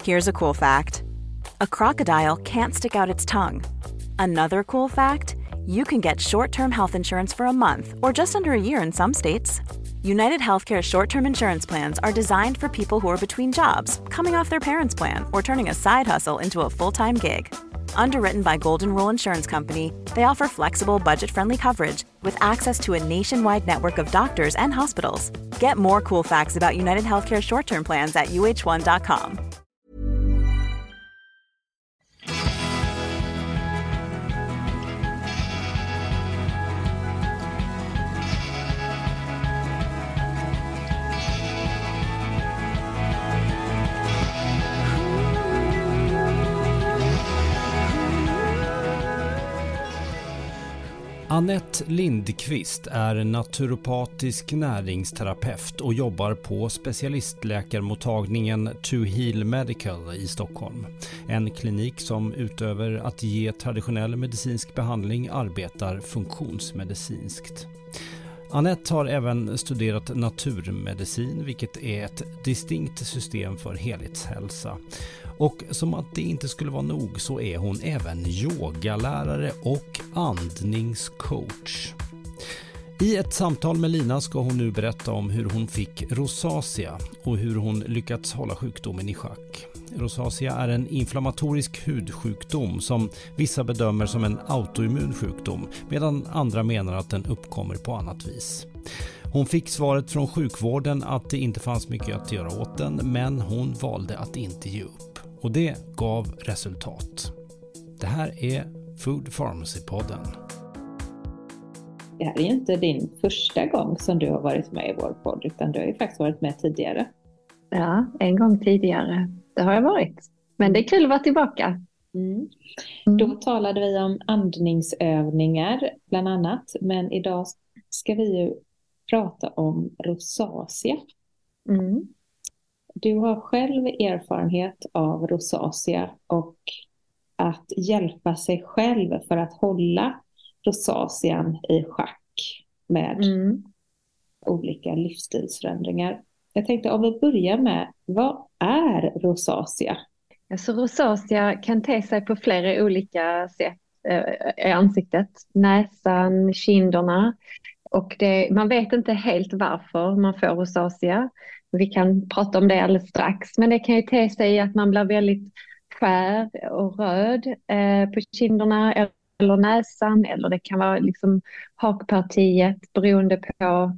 Here's a cool fact. A crocodile can't stick out its tongue. Another cool fact, you can get short-term health insurance for a month or just under a year in some states. United Healthcare short-term insurance plans are designed for people who are between jobs, coming off their parents' plan, or turning a side hustle into a full-time gig. Underwritten by Golden Rule Insurance Company, they offer flexible, budget-friendly coverage with access to a nationwide network of doctors and hospitals. Get more cool facts about United Healthcare short-term plans at uh1.com. Anette Lindqvist är naturopatisk näringsterapeut och jobbar på specialistläkarmottagningen To Heal Medical i Stockholm. En klinik som utöver att ge traditionell medicinsk behandling arbetar funktionsmedicinskt. Anette har även studerat naturmedicin, vilket är ett distinkt system för helhetshälsa. Och som att det inte skulle vara nog så är hon även yogalärare och andningscoach. I ett samtal med Lina ska hon nu berätta om hur hon fick rosacea och hur hon lyckats hålla sjukdomen i schack. Rosacea är en inflammatorisk hudsjukdom som vissa bedömer som en autoimmun sjukdom, medan andra menar att den uppkommer på annat vis. Hon fick svaret från sjukvården att det inte fanns mycket att göra åt den, men hon valde att inte ge upp. Och det gav resultat. Det här är Food Pharmacy-podden. Det här är ju inte din första gång som du har varit med i vår podd, utan du har ju faktiskt varit med tidigare. Ja, en gång tidigare. Det har jag varit. Men det är kul att vara tillbaka. Då talade vi om andningsövningar bland annat. Men idag ska vi ju prata om rosacea. Du har själv erfarenhet av rosacea och att hjälpa sig själv för att hålla rosacean i schack med olika livsstilsförändringar. Jag tänkte om vi börjar med, vad är rosacea? Alltså rosacea kan te sig på flera olika sätt i ansiktet. Näsan, kinderna. Och man vet inte helt varför man får rosacea. Vi kan prata om det alldeles strax. Men det kan ju te sig i att man blir väldigt skär och röd på kinderna eller näsan. Eller det kan vara liksom hakpartiet beroende på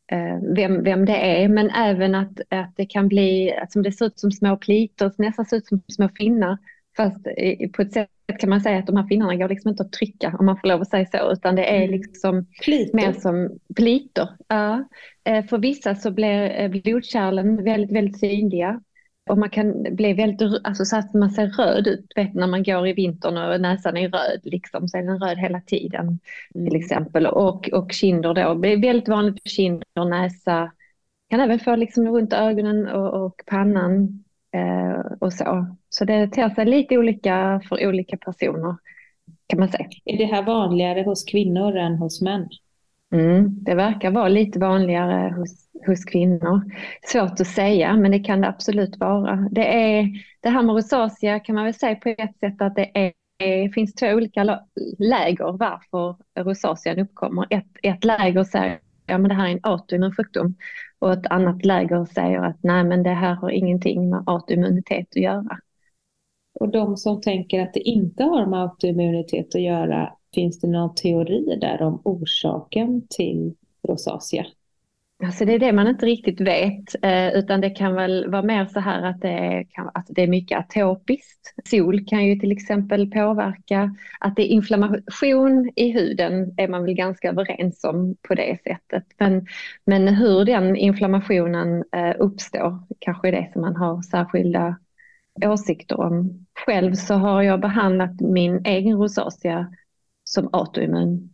vem det är. Men även att det kan bli, att det ser ut som små plitor, nästan ser ut som små finnar. Fast på ett sätt kan man säga att de här finnarna går liksom inte att trycka, om man får lov att säga så, utan det är liksom mer som plitor. Ja. För vissa så blir blodkärlen väldigt, väldigt synliga. Och man kan bli väldigt, alltså så att man ser röd ut, vet, när man går i vintern och näsan är röd liksom, så är den röd hela tiden till exempel. Och kinder då, det är väldigt vanligt för kinder, näsa, kan även få liksom runt ögonen och pannan och så. Så det ter sig lite olika för olika personer, kan man säga. Är det här vanligare hos kvinnor än hos män? Det verkar vara lite vanligare hos kvinnor. Svårt att säga, men det kan det absolut vara. Det här med rosacea kan man väl säga på ett sätt att det finns två olika läger varför rosacean uppkommer. Ett läger säger ja, men det här är en autoimmun sjukdom, och ett annat läger säger att nej, men det här har ingenting med autoimmunitet att göra. Och de som tänker att det inte har med autoimmunitet att göra, finns det någon teori där om orsaken till rosacea? Alltså det är det man inte riktigt vet, utan det kan väl vara mer så här att det är mycket atopiskt. Sol kan ju till exempel påverka. Att det är inflammation i huden är man väl ganska överens om på det sättet. Men hur den inflammationen uppstår kanske är det som man har särskilda åsikter om. Själv så har jag behandlat min egen rosacea som autoimmun.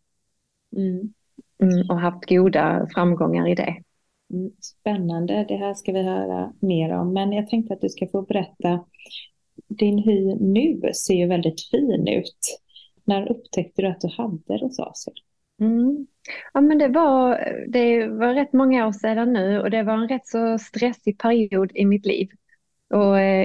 Och haft goda framgångar i det. Spännande, det här ska vi höra mer om. Men jag tänkte att du ska få berätta. Din hy nu ser ju väldigt fin ut. När upptäckte du att du hade rosacea? Ja, men det var rätt många år sedan nu, och det var en rätt så stressig period i mitt liv. Och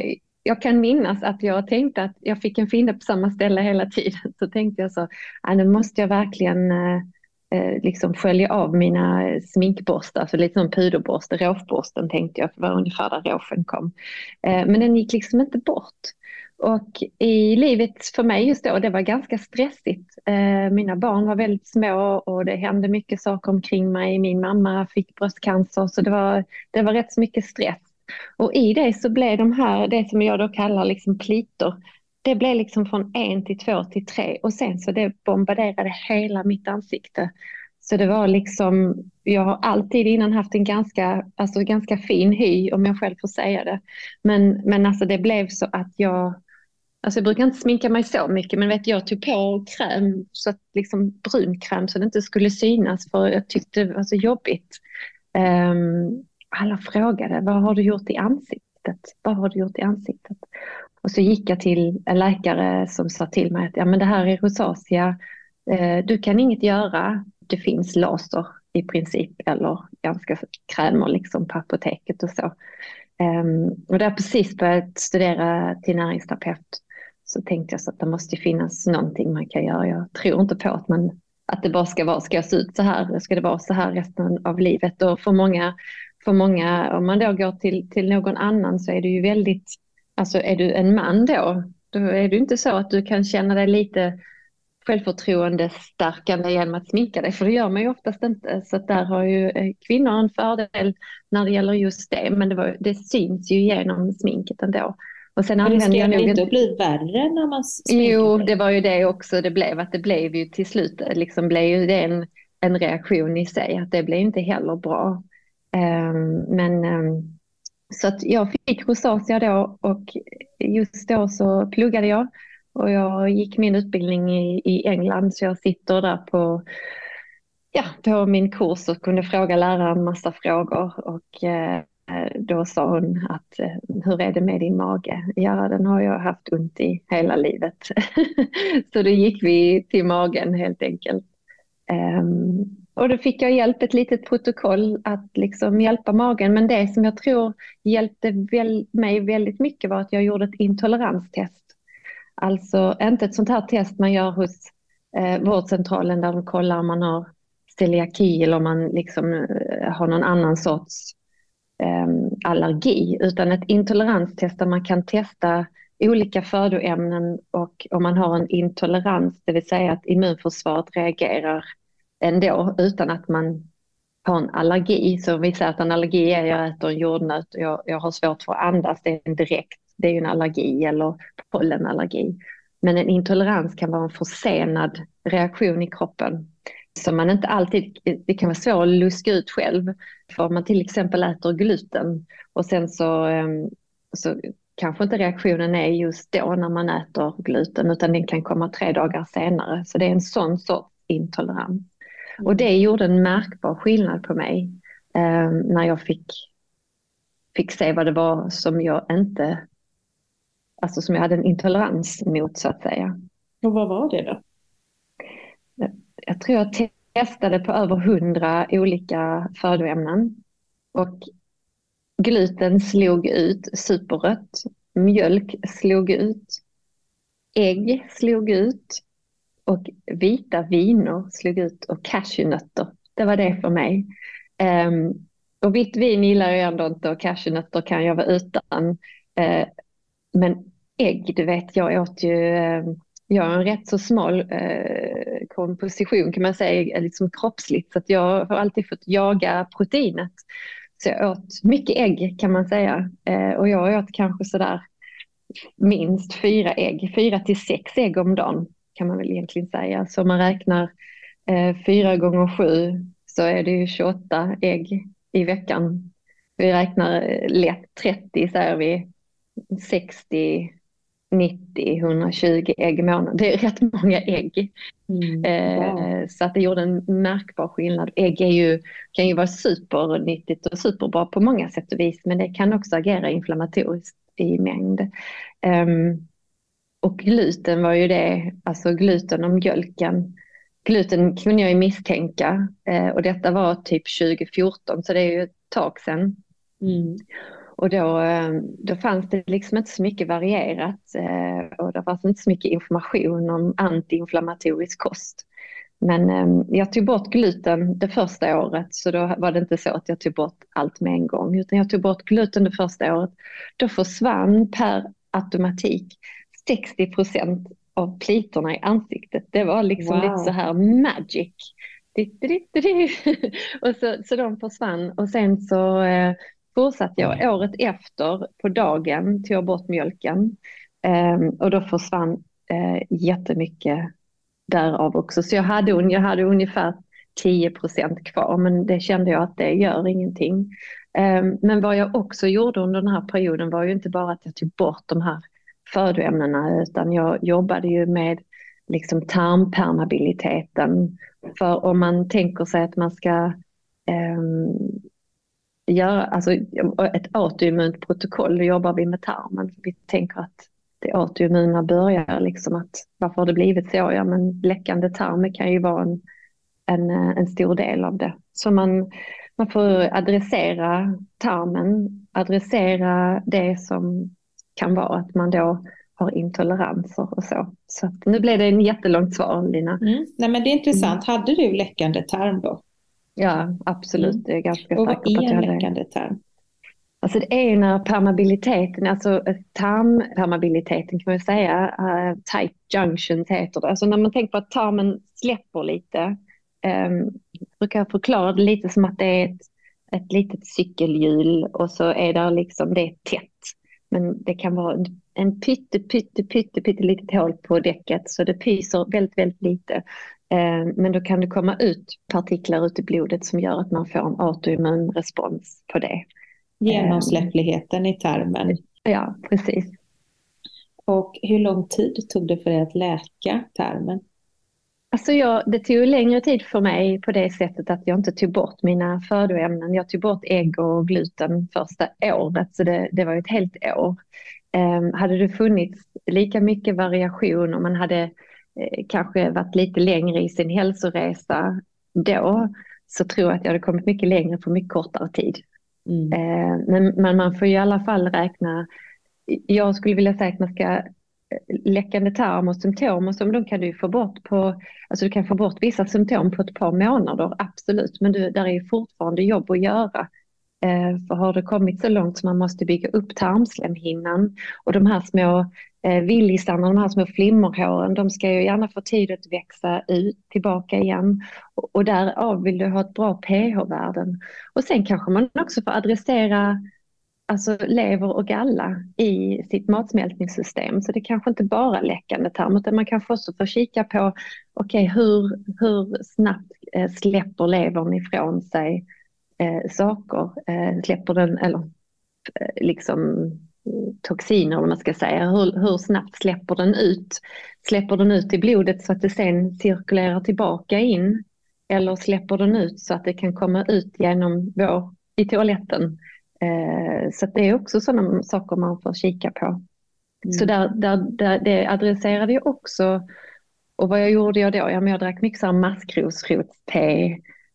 jag kan minnas att jag tänkte att jag fick en finne på samma ställe hela tiden. Så tänkte jag så, nu måste jag verkligen liksom skölja av mina sminkborstar, så lite som puderborste, råfborsten tänkte jag, för det var ungefär där råfen kom. Men den gick liksom inte bort. Och i livet för mig just då, det var ganska stressigt. Mina barn var väldigt små och det hände mycket saker omkring mig. Min mamma fick bröstcancer, så det var rätt så mycket stress. Och i det så blev det som jag då kallar liksom plitor, det blev liksom från 1 till 2 till 3 och sen så det bombarderade hela mitt ansikte. Så det var liksom, jag har alltid innan haft en ganska fin hy, om jag själv får säga det. Men alltså det blev så att jag brukar inte sminka mig så mycket, men jag tog på kräm, så att liksom brunkräm så det inte skulle synas, för jag tyckte det var så jobbigt. Alla frågade, vad har du gjort i ansiktet? Vad har du gjort i ansiktet? Och så gick jag till en läkare som sa till mig att men det här är rosacea. Du kan inget göra. Det finns laser i princip, eller ganska krämer liksom på apoteket och så. Och där jag precis börjat studera till näringsterapeut, så tänkte jag så att det måste finnas någonting man kan göra. Jag tror inte på att det bara ska jag se ut så här, ska det vara så här resten av livet? Och för många, om man då går till någon annan, så är det ju väldigt, alltså är du en man då är det inte så att du kan känna dig lite självförtroende stärkande genom att sminka dig, för det gör man ju oftast inte. Så där har ju kvinnor en fördel när det gäller just det, men det syns ju genom sminket ändå. Och sen använder jag nog inte att bli värre när man sminkar. Jo, det var ju det också det blev ju till slut, liksom blev ju det en reaktion i sig, att det blev inte heller bra. Så att jag fick rosacea då, och just då så pluggade jag och jag gick min utbildning i England, så jag sitter där på min kurs och kunde fråga läraren en massa frågor, och då sa hon att hur är det med din mage? Ja, den har jag haft ont i hela livet. Så då gick vi till magen helt enkelt. Och då fick jag ett litet protokoll att liksom hjälpa magen. Men det som jag tror hjälpte mig väldigt mycket var att jag gjorde ett intoleranstest. Alltså inte ett sånt här test man gör hos vårdcentralen där de kollar om man har celiaki eller om man liksom har någon annan sorts allergi, utan ett intoleranstest där man kan testa olika födoämnen, och om man har en intolerans, det vill säga att immunförsvaret reagerar ändå utan att man har en allergi. Så vi säger att en allergi är jag äter en jordnöt och jag har svårt för att andas, det är ju en allergi eller pollenallergi. Men en intolerans kan vara en försenad reaktion i kroppen. Så man inte alltid, det kan vara svårt att luska ut själv. För om man till exempel äter gluten och sen så kanske inte reaktionen är just då när man äter gluten, utan den kan komma 3 dagar senare. Så det är en sån sorts intolerans. Och det gjorde en märkbar skillnad på mig när jag fick se vad det var som jag som jag hade en intolerans mot, så att säga. Och vad var det då? Jag tror jag testade på över 100 olika födoämnen, och gluten slog ut superrött, mjölk slog ut, ägg slog ut, och vita viner slog ut, och cashewnötter. Det var det för mig. Och vitt vin gillar jag ändå inte, och cashewnötter kan jag vara utan. Men ägg, du vet, jag åt ju... Jag har en rätt så smal komposition kan man säga, liksom kroppsligt, så att jag har alltid fått jaga proteinet. Så jag åt mycket ägg kan man säga, och jag åt kanske sådär minst 4 till 6 ägg om dagen kan man väl egentligen säga. Så om man räknar 4 gånger 7 så är det ju 28 ägg i veckan. Vi räknar lätt 30, säger vi 60, 90, 120 ägg i månaden. Det är rätt många ägg. Wow. Så att det gjorde en märkbar skillnad. Ägg kan ju vara supernyttigt och superbra på många sätt och vis, men det kan också agera inflammatoriskt i mängd. Och gluten var ju det, alltså gluten och mjölken. Gluten kunde jag ju misstänka, och detta var typ 2014, så det är ju ett tag sedan. Och då fanns det liksom inte så mycket varierat och det fanns inte så mycket information om antiinflammatorisk kost. Men jag tog bort gluten det första året, så då var det inte så att jag tog bort allt med en gång, utan jag tog bort gluten det första året. Då försvann per automatik 60% av plitorna i ansiktet. Det var liksom lite så här magic. Och så de försvann, och sen så fortsatte jag året efter på dagen, tog jag bort mjölken och då försvann jättemycket därav också. Så jag hade ungefär 10% kvar, men det kände jag att det gör ingenting. Men vad jag också gjorde under den här perioden var ju inte bara att jag tog bort de här födoämnena, utan jag jobbade ju med liksom tarmpermeabiliteten. För om man tänker sig att man ska göra alltså ett autoimmunt protokoll, då jobbar vi med tarmen. Vi tänker att det autoimmuna börjar liksom att varför har det blivit så? Ja, men läckande tarm kan ju vara en stor del av det. Så man får adressera tarmen, adressera det som kan vara att man då har intoleranser och så. Så att nu blev det en jättelångt svar, Lina. Nej, men det är intressant. Hade du läckande tarm då? Ja, absolut. Det är ganska och säker vad på att är jag en hade. läckande tarm? Alltså det är när permeabiliteten, alltså tarmpermeabiliteten kan man säga, tight junctions heter det. Alltså när man tänker på att tarmen släpper lite, brukar jag förklara det lite som att det är ett litet cykelhjul och så är det liksom, det är tätt. Men det kan vara en pytte litet hål på däcket, så det pyser väldigt, väldigt lite. Men då kan det komma ut partiklar ut i blodet som gör att man får en autoimmun respons på det. Genomsläppligheten i tarmen. Ja, precis. Och hur lång tid tog det för dig att läka tarmen? Alltså det tog längre tid för mig på det sättet att jag inte tog bort mina födoämnen. Jag tog bort ägg och gluten första året, så det var ett helt år. Hade det funnits lika mycket variation och man hade kanske varit lite längre i sin hälsoresa då, så tror jag att jag hade kommit mycket längre på mycket kortare tid. Men man får i alla fall räkna, jag skulle vilja säga att man ska läckande tarm och symptom och som de kan du få bort alltså du kan få bort vissa symptom på ett par månader, absolut, men där är ju fortfarande jobb att göra. För har det kommit så långt så man måste bygga upp tarmslemhinnan och de här små villisarna, de här små flimmerhåren, de ska ju gärna få tid att växa ut tillbaka igen, och därav vill du ha ett bra pH-värden. Och sen kanske man också får adressera alltså lever och galla i sitt matsmältningssystem. Så det kanske inte bara läckande tarm, utan man kanske också får kika på hur snabbt släpper levern ifrån sig saker. Släpper den, eller liksom toxiner, om man ska säga. Hur snabbt släpper den ut? Släpper den ut i blodet så att det sen cirkulerar tillbaka in? Eller släpper den ut så att det kan komma ut genom i toaletten? Så det är också sådana saker man får kika på. Så där det adresserade jag också. Och vad gjorde jag då? Ja, men jag drack mycket så maskrosrotste,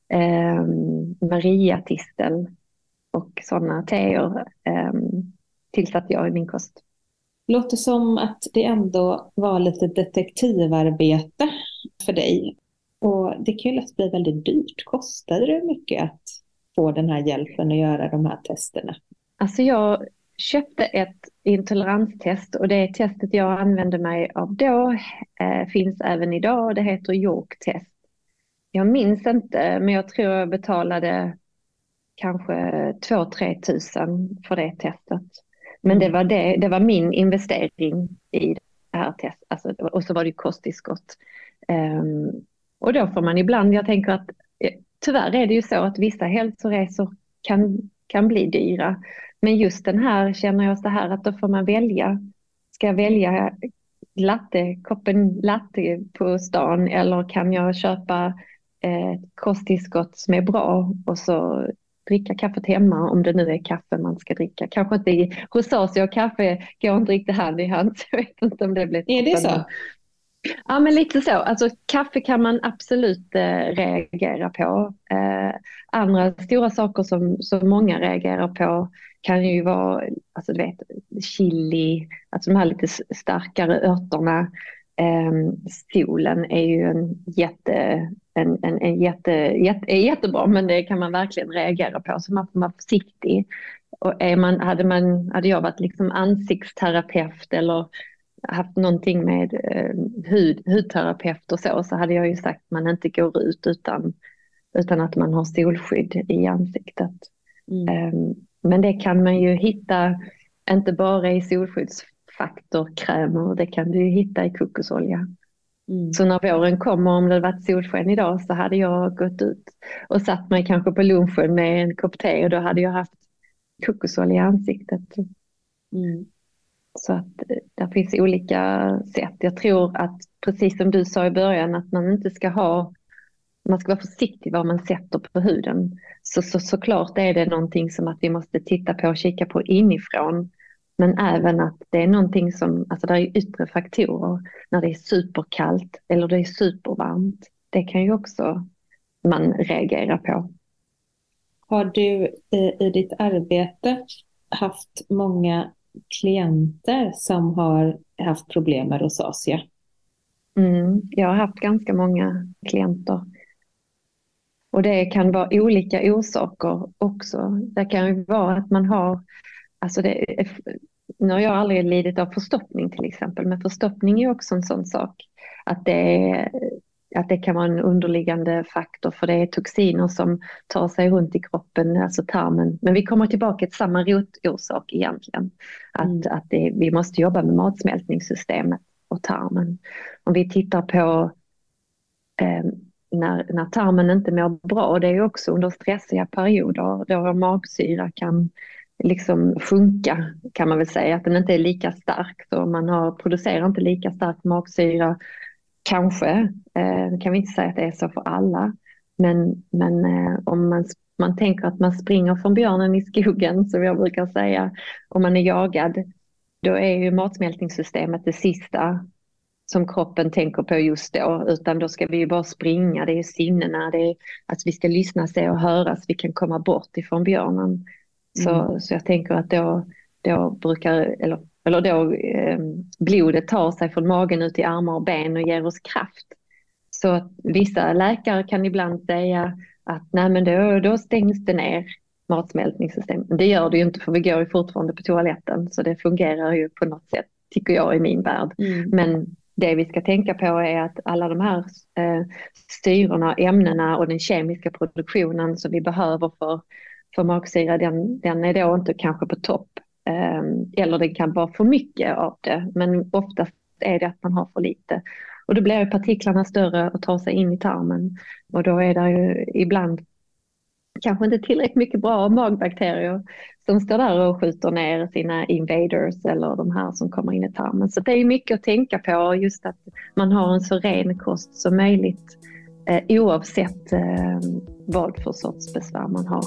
mariatistel och sådana teer tillsatte jag i min kost. Låter som att det ändå var lite detektivarbete för dig. Och det kan ju lätt bli väldigt dyrt. Kostade det mycket att få den här hjälpen att göra de här testerna? Alltså jag köpte ett intoleranstest, och det testet jag använde mig av då finns även idag, och det heter York-test. Jag minns inte, men jag tror jag betalade kanske 2-3 tusen för det testet. Men det var min investering i det här testet. Alltså, och så var det kosttillskott. Och då får man ibland, jag tänker att tyvärr är det ju så att vissa hälsoresor kan bli dyra. Men just den här känner jag så här att då får man välja. Ska jag välja koppen latte på stan, eller kan jag köpa kosttillskott som är bra och så dricka kaffet hemma, om det nu är kaffe man ska dricka. Kanske inte rosacea och kaffe går inte riktigt hand i hand. Jag vet inte om det blir Är det så? Ja, men lite så. Alltså kaffe kan man absolut reagera på. Andra stora saker som många reagerar på kan ju vara, alltså du vet, chili, alltså de här lite starkare örterna. Solen är ju är jättebra, men det kan man verkligen reagera på, så man får vara försiktig. Och hade jag varit liksom ansiktsterapeut eller haft någonting med hudterapeut och så hade jag ju sagt att man inte går ut utan att man har solskydd i ansiktet. Men det kan man ju hitta inte bara i solskyddsfaktorkrämer, det kan du ju hitta i kokosolja. Så när våren kommer, om det varit solsken idag, så hade jag gått ut och satt mig kanske på lunchen med en kopp te, och då hade jag haft kokosolja i ansiktet. Så att det finns olika sätt. Jag tror att, precis som du sa i början, att man ska vara försiktig vad man sätter på huden. Såklart är det någonting som att vi måste titta på och kika på inifrån. Men även att det är någonting som, alltså det är yttre faktorer. När det är superkallt eller det är supervarmt. Det kan ju också man reagera på. Har du i ditt arbete haft många klienter som har haft problem med rosacea? Jag har haft ganska många klienter. Och det kan vara olika orsaker också. Det kan ju vara att man har, alltså nu har jag aldrig lidit av förstoppning till exempel, men förstoppning är också en sån sak. Att det kan vara en underliggande faktor, för det är toxiner som tar sig runt i kroppen, alltså tarmen. Men vi kommer tillbaka till samma rotorsak egentligen. Vi måste jobba med matsmältningssystemet och tarmen. Om vi tittar på när tarmen inte mår bra, det är också under stressiga perioder då magsyra kan liksom sjunka, kan man väl säga, att den inte är lika stark, så man producerar inte lika stark magsyra. Kanske, kan vi inte säga att det är så för alla, men om man tänker att man springer från björnen i skogen, som jag brukar säga, om man är jagad, då är ju matsmältningssystemet det sista som kroppen tänker på just då, utan då ska vi ju bara springa, det är sinnena, det är att vi ska lyssna, se och höra så vi kan komma bort ifrån björnen. Så jag tänker att då brukar, eller då blodet tar sig från magen ut i armar och ben och ger oss kraft. Så att vissa läkare kan ibland säga att nej, men då stängs det ner, matsmältningssystemet. Det gör det ju inte, för vi går ju fortfarande på toaletten, så det fungerar ju på något sätt, tycker jag, i min värld. Men det vi ska tänka på är att alla de här styrorna, ämnena och den kemiska produktionen som vi behöver för magsyra, den är då inte kanske på topp. Eller det kan vara för mycket av det, men oftast är det att man har för lite. Och då blir ju partiklarna större och tar sig in i tarmen. Och då är det ju ibland kanske inte tillräckligt mycket bra magbakterier som står där och skjuter ner sina invaders eller de här som kommer in i tarmen. Så det är mycket att tänka på, just att man har en så ren kost som möjligt oavsett vad för sorts besvär man har.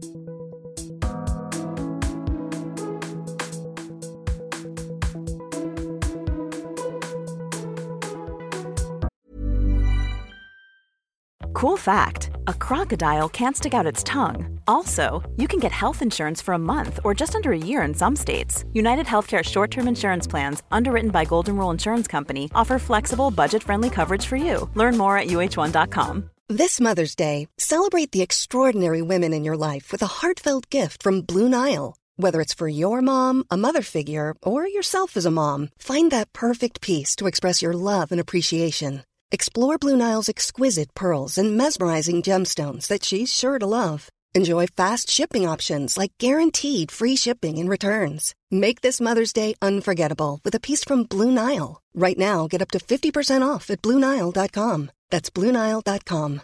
Cool fact, a crocodile can't stick out its tongue. Also, you can get health insurance for a month or just under a year in some states. United Healthcare short-term insurance plans, underwritten by Golden Rule Insurance Company, offer flexible, budget-friendly coverage for you. Learn more at uh1.com. This Mother's Day, celebrate the extraordinary women in your life with a heartfelt gift from Blue Nile. Whether it's for your mom, a mother figure, or yourself as a mom, find that perfect piece to express your love and appreciation. Explore Blue Nile's exquisite pearls and mesmerizing gemstones that she's sure to love. Enjoy fast shipping options like guaranteed free shipping and returns. Make this Mother's Day unforgettable with a piece from Blue Nile. Right now, get up to 50% off at BlueNile.com. That's BlueNile.com.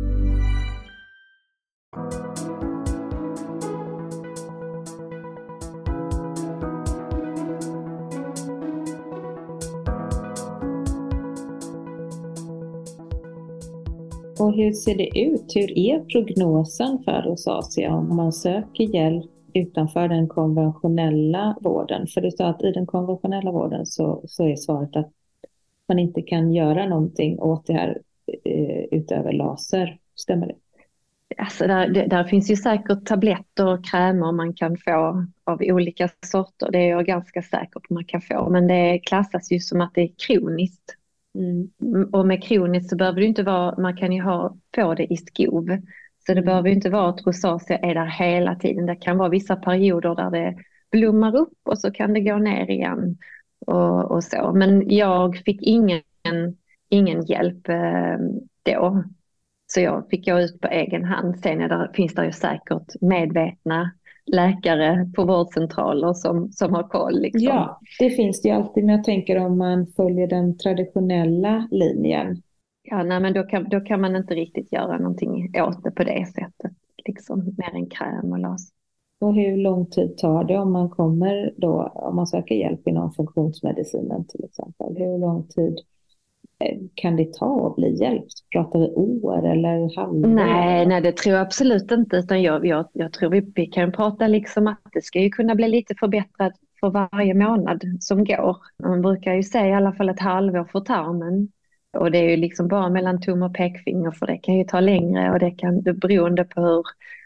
Och hur ser det ut? Hur är prognosen för rosacea om man söker hjälp utanför den konventionella vården? För du sa att i den konventionella vården så är svaret att man inte kan göra någonting åt det här utöver laser. Stämmer det? Alltså där finns ju säkert tabletter och krämer man kan få av olika sorter. Det är jag ganska säker på man kan få. Men det klassas ju som att det är kroniskt. Och med kroniskt så behöver det inte vara, man kan ju få det i skov. Så det behöver ju inte vara att rosacea är där hela tiden. Det kan vara vissa perioder där det blommar upp och så kan det gå ner igen. Och så. Men jag fick ingen hjälp då. Så jag fick gå ut på egen hand. Sen finns det ju säkert medvetna läkare på vårdcentraler som har koll. Liksom. Ja, det finns det ju alltid. Men jag tänker om man följer den traditionella linjen. Ja, nej, men då kan man inte riktigt göra någonting åt det på det sättet. Liksom, mer än kräm och las. Och hur lång tid tar det om man söker hjälp inom funktionsmedicinen till exempel? Hur lång tid kan det ta att bli hjälpt? Pratar vi år eller halvår? Nej, det tror jag absolut inte. Utan jag tror vi kan prata liksom att det ska ju kunna bli lite förbättrat för varje månad som går. Man brukar ju säga i alla fall ett halvår för tarmen. Och det är ju liksom bara mellan tum och pekfinger, för det kan ju ta längre och det beroende på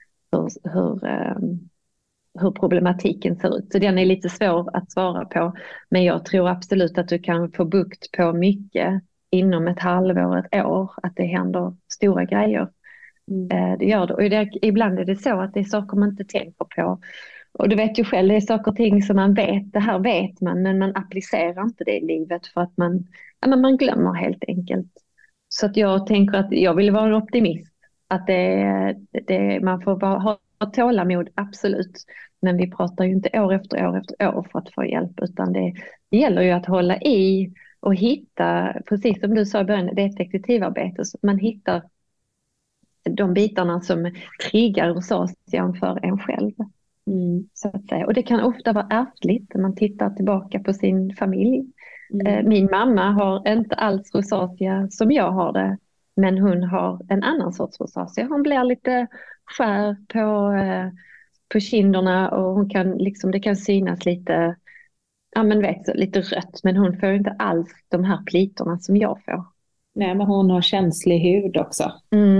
hur problematiken ser ut. Så den är lite svår att svara på. Men jag tror absolut att du kan få bukt på mycket inom ett halvår, ett år. Att det händer stora grejer. Det gör det. Och ibland är det så att det är saker man inte tänker på. Och du vet ju själv, det är saker och ting som man vet. Det här vet man, men man applicerar inte det i livet för att man glömmer helt enkelt. Så att jag tänker att jag vill vara en optimist. Att man får ha tålamod, absolut. Men vi pratar ju inte år efter år för att få hjälp. Utan det gäller ju att hålla i och hitta, precis som du sa i början, det är ett detektivarbete. Så man hittar de bitarna som triggar rosacean för en själv. Så att säga. Och det kan ofta vara ärftligt när man tittar tillbaka på sin familj. Min mamma har inte alls rosacea som jag har det. Men hon har en annan sorts rosacea. Hon blir lite skär på kinderna och hon kan det kan synas lite, lite rött. Men hon får inte alls de här plitorna som jag får. Nej, men hon har känslig hud också.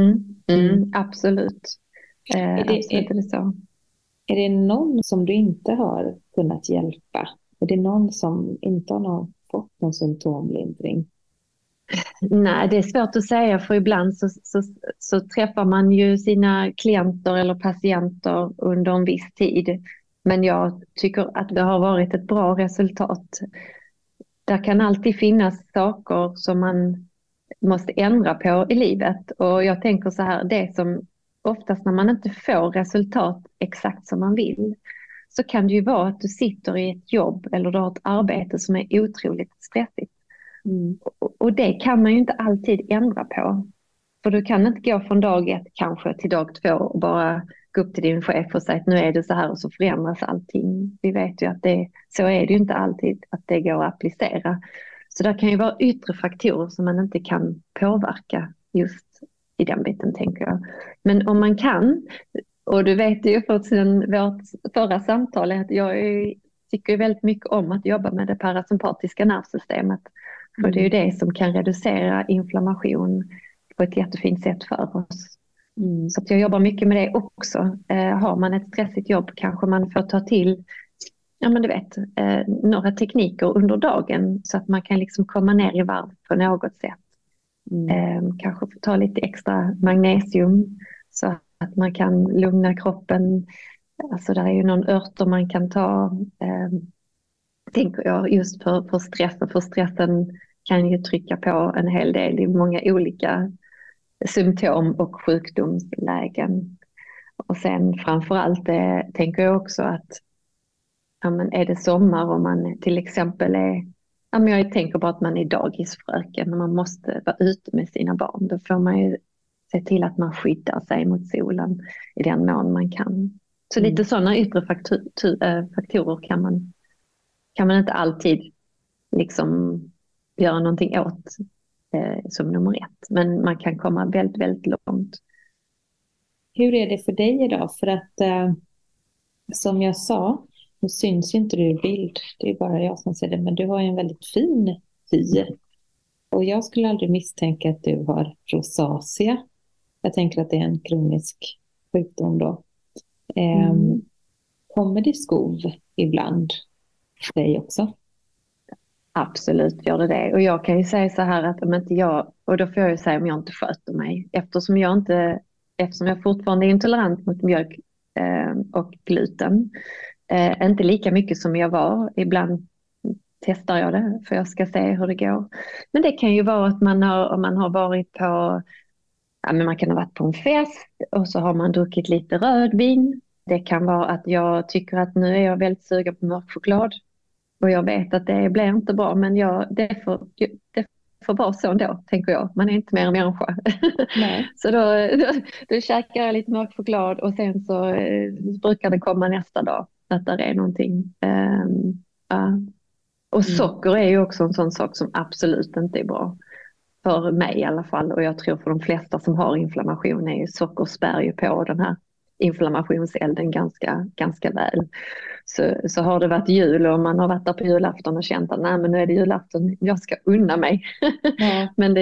Absolut. Absolut är det så. Är det någon som du inte har kunnat hjälpa? Är det någon som inte har fått någon symptomlindring? Nej, det är svårt att säga, för ibland så träffar man ju sina klienter eller patienter under en viss tid. Men jag tycker att det har varit ett bra resultat. Där kan alltid finnas saker som man måste ändra på i livet. Och jag tänker så här, det som oftast när man inte får resultat exakt som man vill, så kan det ju vara att du sitter i ett jobb eller du har ett arbete som är otroligt stressigt. Och det kan man ju inte alltid ändra på. För du kan inte gå från dag 1 kanske till dag 2 och bara gå upp till din chef och säga att nu är det så här och så förändras allting. Vi vet ju att så är det ju inte alltid att det går att applicera. Så det kan ju vara yttre faktorer som man inte kan påverka just i den biten, tänker jag. Men om man kan, och du vet ju från vårt förra samtal att jag tycker väldigt mycket om att jobba med det parasympatiska nervsystemet. För det är ju det som kan reducera inflammation på ett jättefint sätt för oss. Så att jag jobbar mycket med det också. Har man ett stressigt jobb kanske man får ta till några tekniker under dagen så att man kan liksom komma ner i varv på något sätt. Kanske få ta lite extra magnesium så att man kan lugna kroppen. Alltså där är ju någon örter man kan ta, tänker jag, just för stressen. För stressen kan ju trycka på en hel del i många olika symptom och sjukdomslägen. Och sen framförallt tänker jag också att är det sommar och man till exempel jag tänker bara att man är dagisfröken och man måste vara ute med sina barn. Då får man ju se till att man skyddar sig mot solen i den mån man kan. Så lite sådana yttre faktorer kan man inte alltid liksom göra någonting åt som nummer 1. Men man kan komma väldigt, väldigt långt. Hur är det för dig idag? För att som jag sa, nu syns ju inte du i bild. Det är bara jag som ser det. Men du har ju en väldigt fin hy. Och jag skulle aldrig misstänka att du har rosacea. Jag tänker att det är en kronisk sjukdom då. Kommer det skov ibland för dig också? Absolut gör det. Och jag kan ju säga så här att om inte jag, och då får jag ju säga om jag inte sköter mig. Eftersom jag fortfarande är intolerant mot mjölk och gluten. Inte lika mycket som jag var. Ibland testar jag det för jag ska se hur det går. Men det kan ju vara att om man har varit på, ja, men man kan ha varit på en fest och så har man druckit lite rödvin. Det kan vara att jag tycker att nu är jag väldigt sugen på mörk choklad. Och jag vet att det blir inte bra, men det får vara så ändå, tänker jag. Man är inte mer än människa. Nej. Så då käkar jag lite mörk choklad och sen så brukar det komma nästa dag att det är någonting. Och socker är ju också en sån sak som absolut inte är bra. För mig i alla fall, och jag tror för de flesta som har inflammation är ju socker spär ju på den här inflammationselden ganska väl. Så har det varit jul och man har varit där på julafton och känt att nej, men nu är det julafton, jag ska unna mig. Men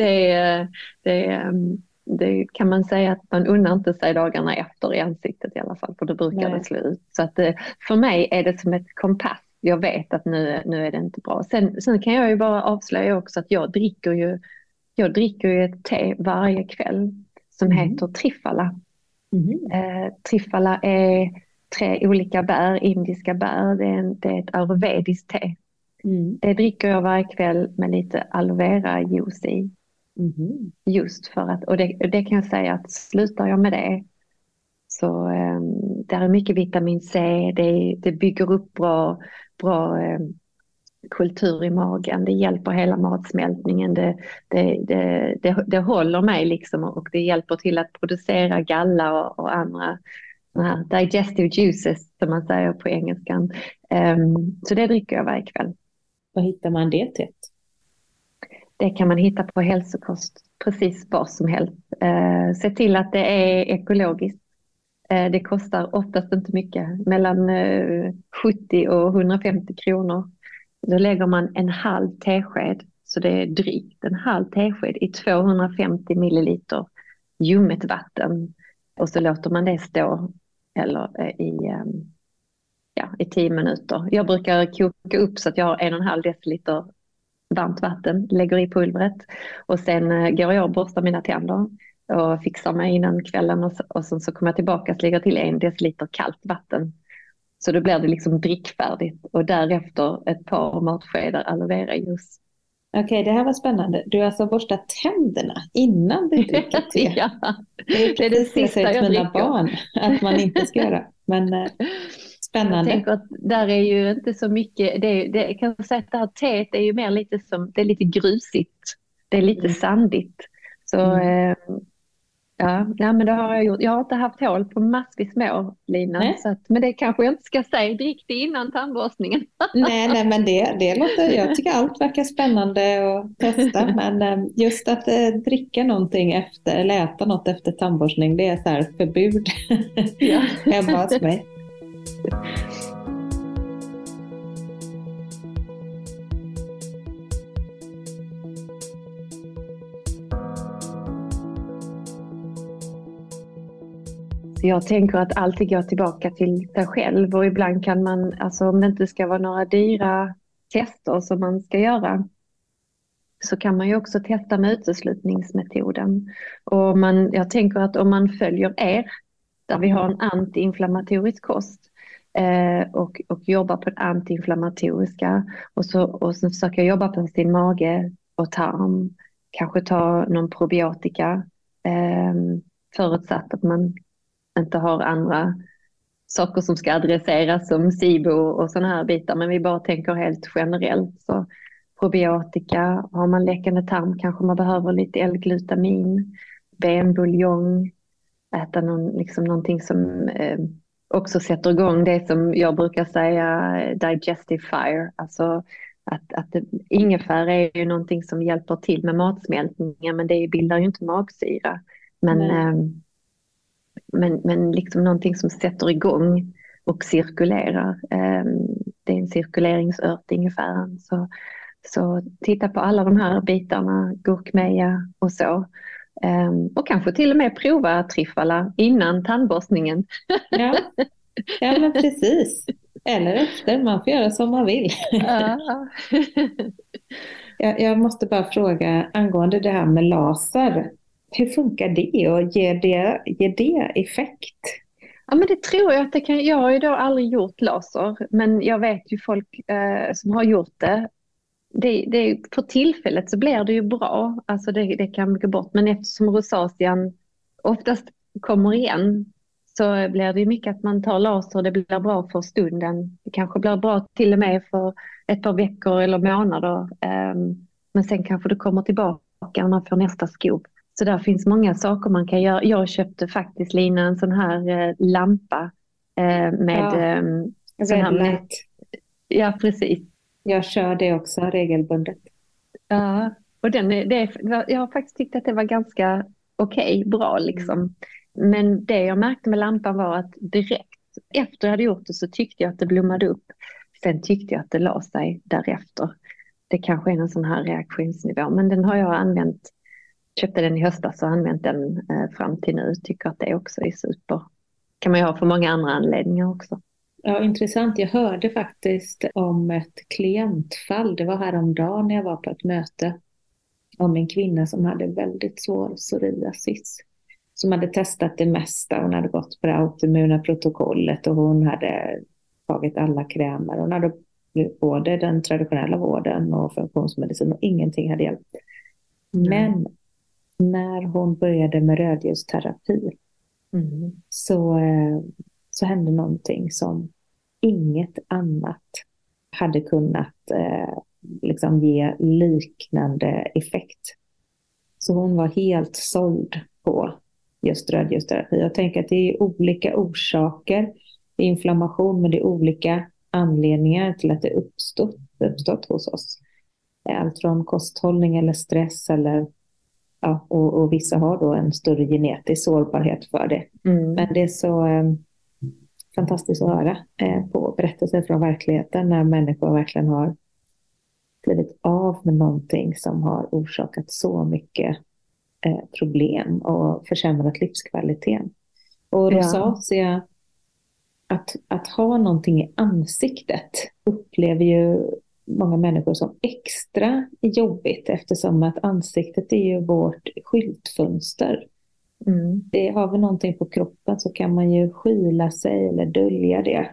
det kan man säga att man unnar inte sig dagarna efter i ansiktet i alla fall, för då brukar det slå ut. Så att för mig är det som ett kompass. Jag vet att nu är det inte bra. Sen kan jag ju bara avslöja också att jag dricker ju ett te varje kväll som heter Triphala. Triphala är 3 olika bär, indiska bär. Det är ett ayurvediskt te. Det dricker jag varje kväll med lite aloe vera juice i. Just för att, och det kan jag säga att slutar jag med det så där är mycket vitamin C. Det bygger upp bra kultur i magen. Det hjälper hela matsmältningen. Det håller mig liksom, och det hjälper till att producera galla och andra digestive juices som man säger på engelskan. Så det dricker jag varje kväll. Var hittar man det till? Det kan man hitta på hälsokost precis vad som helst. Se till att det är ekologiskt. Det kostar oftast inte mycket, mellan 70 och 150 kronor. Då lägger man en halv tesked, så det är drygt en halv tesked i 250 milliliter ljummet vatten. Och så låter man det stå i 10 minuter. Jag brukar koka upp så att jag har 1,5 deciliter varmt vatten, lägger i pulvret. Och sen går jag och borstar mina tänder och fixar mig innan kvällen. Och sen så kommer jag tillbaka och lägger till 1 deciliter kallt vatten. Så då blir det liksom drickfärdigt. Och därefter ett par matskedar aloe vera juice. Okej, det här var spännande. Du har alltså borstat tänderna innan du dricker te. Ja, det är det sista jag mina barn att man inte ska göra. Men spännande. Jag tänker att där är ju inte så mycket. Det kan jag säga att det här teet är ju mer lite som, det är lite grusigt. Det är lite sandigt. Så men det har jag gjort. Jag har inte haft hål på massvis med år, Lina. Så att, men det kanske jag inte ska säga. Drick det innan tandborstningen. nej, men det låter, jag tycker allt verkar spännande att testa. Men just att dricka någonting efter, eller äta något efter tandborstning, det är så här förbud hemma hos mig. Jag tänker att alltid gå tillbaka till sig själv, och ibland kan man, alltså om det inte ska vara några dyra tester som man ska göra, så kan man ju också testa med uteslutningsmetoden. Och jag tänker att om man följer där vi har en antiinflammatorisk kost och jobbar på det antiinflammatoriska och så försöker jobba på sin mage och tarm, kanske ta någon probiotika, förutsatt att man inte har andra saker som ska adresseras som SIBO och sådana här bitar, men vi bara tänker helt generellt. Så probiotika, har man läckande tarm kanske man behöver lite L-glutamin, benbuljong, äta någonting som också sätter igång det som jag brukar säga digestive fire, alltså att ingefära är ju någonting som hjälper till med matsmältningen, men det bildar ju inte magsyra. Men liksom någonting som sätter igång och cirkulerar. Det är en cirkuleringsört ingefäran. Så titta på alla de här bitarna, gurkmeja och så. Och kanske till och med prova Trifala innan tandborstningen. Ja, ja men precis. Eller efter, man får göra som man vill. Jag måste bara fråga angående det här med laser. Hur funkar det och ger det effekt? Ja, men det tror jag att det kan. Jag har ju då aldrig gjort laser, men jag vet ju folk som har gjort det. Det för tillfället så blir det ju bra, alltså det kan gå bort, men eftersom rosacean oftast kommer igen så blir det ju mycket att man tar laser och det blir bra för stunden. Det kanske blir bra till och med för ett par veckor eller månader, men sen kanske det kommer tillbaka när man får nästa skov. Så där finns många saker man kan göra. Jag köpte faktiskt, Lina, en sån här lampa med sån här. Ja, precis. Jag kör det också regelbundet. Ja, och jag har faktiskt tyckt att det var ganska bra liksom. Men det jag märkte med lampan var att direkt efter jag hade gjort det så tyckte jag att det blommade upp. Sen tyckte jag att det la sig därefter. Det kanske är en sån här reaktionsnivå, men den har jag använt. Köpte den i höstas och använt den fram till nu. Tycker att det också är super. Kan man ju ha för många andra anledningar också. Ja, intressant. Jag hörde faktiskt om ett klientfall. Det var häromdagen när jag var på ett möte. Om en kvinna som hade väldigt svår psoriasis. Som hade testat det mesta. Hon hade gått på det autoimmuna protokollet och hon hade tagit alla krämer. Hon hade både den traditionella vården och funktionsmedicin och ingenting hade hjälpt. Men när hon började med rödljusterapi så hände någonting som inget annat hade kunnat liksom ge liknande effekt. Så hon var helt såld på just rödljusterapi. Jag tänker att det är olika orsaker i inflammation, men det är olika anledningar till att det uppstått hos oss. Allt från kosthållning eller stress eller och vissa har då en större genetisk sårbarhet för det. Men det är så fantastiskt att höra på berättelser från verkligheten när människor verkligen har blivit av med någonting som har orsakat så mycket problem och försämrat livskvaliteten. Och rosacea, att ha någonting i ansiktet upplever ju många människor som extra jobbigt eftersom att ansiktet är ju vårt skyltfönster. Har vi någonting på kroppen så kan man ju skyla sig eller dölja det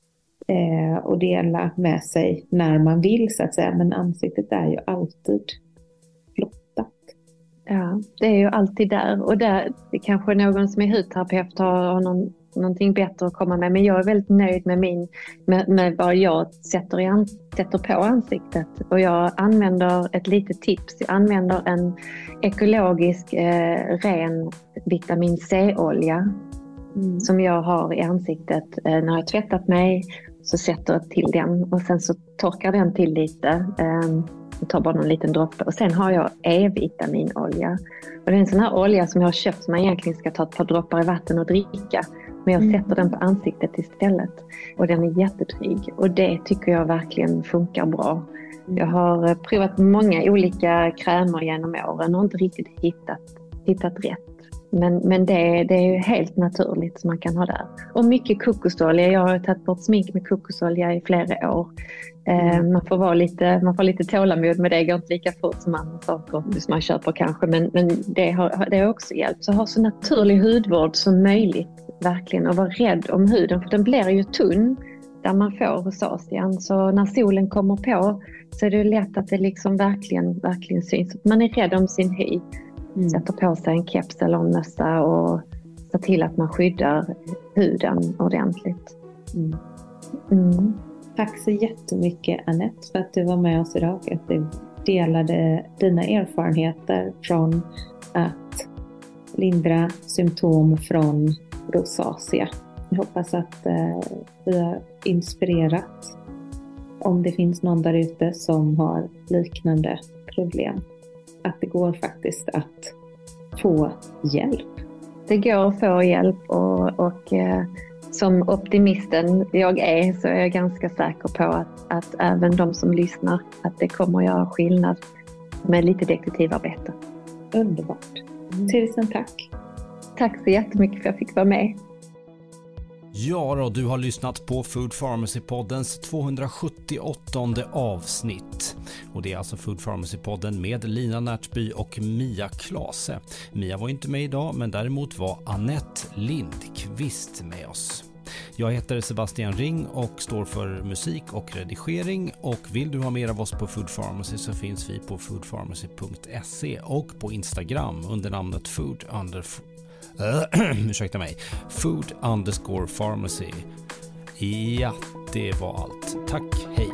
och dela med sig när man vill så att säga, men ansiktet är ju alltid blottat. Ja, det är ju alltid där och där det kanske någon som är hudterapeut har någonting bättre att komma med, men jag är väldigt nöjd med vad jag sätter på ansiktet, och jag använder ett litet tips. Jag använder en ekologisk ren vitamin C-olja som jag har i ansiktet när jag tvättat mig, så sätter jag till den och sen så torkar den till lite. Jag tar bara någon liten droppe och sen har jag E-vitaminolja, och det är en sån här olja som jag har köpt som man egentligen ska ta ett par droppar i vatten och dricka. Men jag sätter den på ansiktet istället. Och den är jättetrygg. Och det tycker jag verkligen funkar bra. Jag har provat många olika krämer genom åren och inte riktigt hittat rätt. Men det är ju helt naturligt som man kan ha där. Och mycket kokosolja. Jag har tagit bort smink med kokosolja i flera år. Man får lite tålamod med det. Går inte lika fort som andra saker som man köper kanske. Men det har också hjälpt. Så ha så naturlig hudvård som möjligt. Verkligen. Och vara rädd om huden. För den blir ju tunn där man får rosacean. Så när solen kommer på så är det lätt att det liksom verkligen syns. Man är rädd om sin hy. Sätter på sig en keps eller en mössa och ser till att man skyddar huden ordentligt. Tack så jättemycket, Anette, för att du var med oss idag. Att du delade dina erfarenheter från att lindra symptom från rosacea. Jag hoppas att vi har inspirerat, om det finns någon där ute som har liknande problem, att det går faktiskt att få hjälp. Det går att få hjälp och som optimisten jag är så är jag ganska säker på att även de som lyssnar, att det kommer att göra skillnad med lite detektivarbete. Underbart. Tusen tack. Tack så jättemycket för att jag fick vara med. Ja då, du har lyssnat på Food Pharmacy-poddens 278:e avsnitt. Och det är alltså Food Pharmacy-podden med Lina Närtby och Mia Klase. Mia var inte med idag, men däremot var Annette Lindqvist med oss. Jag heter Sebastian Ring och står för musik och redigering. Och vill du ha mer av oss på Food Pharmacy så finns vi på foodpharmacy.se och på Instagram under namnet Food_Pharmacy. Ja, det var allt. Tack, hej!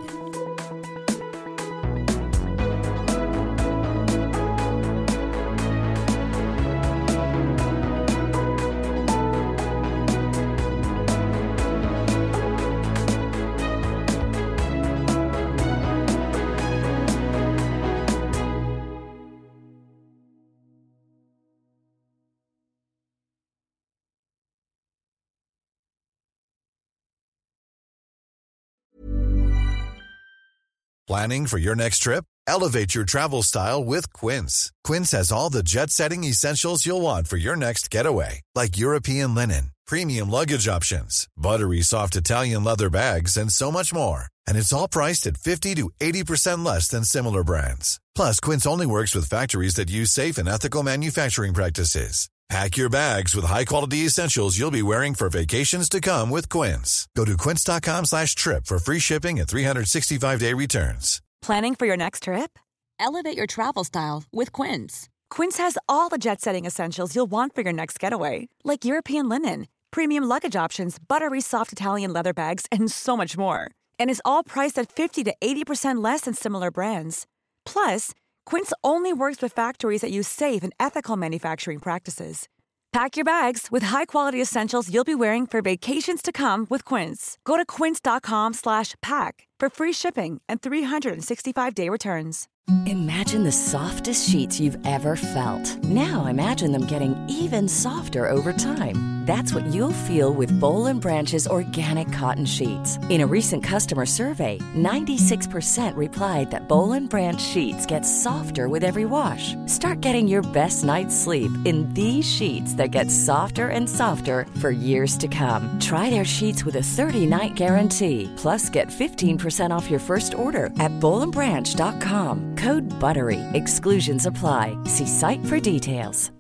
Planning for your next trip? Elevate your travel style with Quince. Quince has all the jet-setting essentials you'll want for your next getaway, like European linen, premium luggage options, buttery soft Italian leather bags, and so much more. And it's all priced at 50 to 80% less than similar brands. Plus, Quince only works with factories that use safe and ethical manufacturing practices. Pack your bags with high-quality essentials you'll be wearing for vacations to come with Quince. Go to quince.com/trip for free shipping and 365-day returns. Planning for your next trip? Elevate your travel style with Quince. Quince has all the jet-setting essentials you'll want for your next getaway, like European linen, premium luggage options, buttery soft Italian leather bags, and so much more. And is all priced at 50 to 80% less than similar brands. Plus, Quince only works with factories that use safe and ethical manufacturing practices. Pack your bags with high-quality essentials you'll be wearing for vacations to come with Quince. Go to quince.com/pack for free shipping and 365-day returns. Imagine the softest sheets you've ever felt. Now imagine them getting even softer over time. That's what you'll feel with Boll & Branch's organic cotton sheets. In a recent customer survey, 96% replied that Boll & Branch sheets get softer with every wash. Start getting your best night's sleep in these sheets that get softer and softer for years to come. Try their sheets with a 30-night guarantee. Plus, get 15% off your first order at bollandbranch.com. Code BUTTERY. Exclusions apply. See site for details.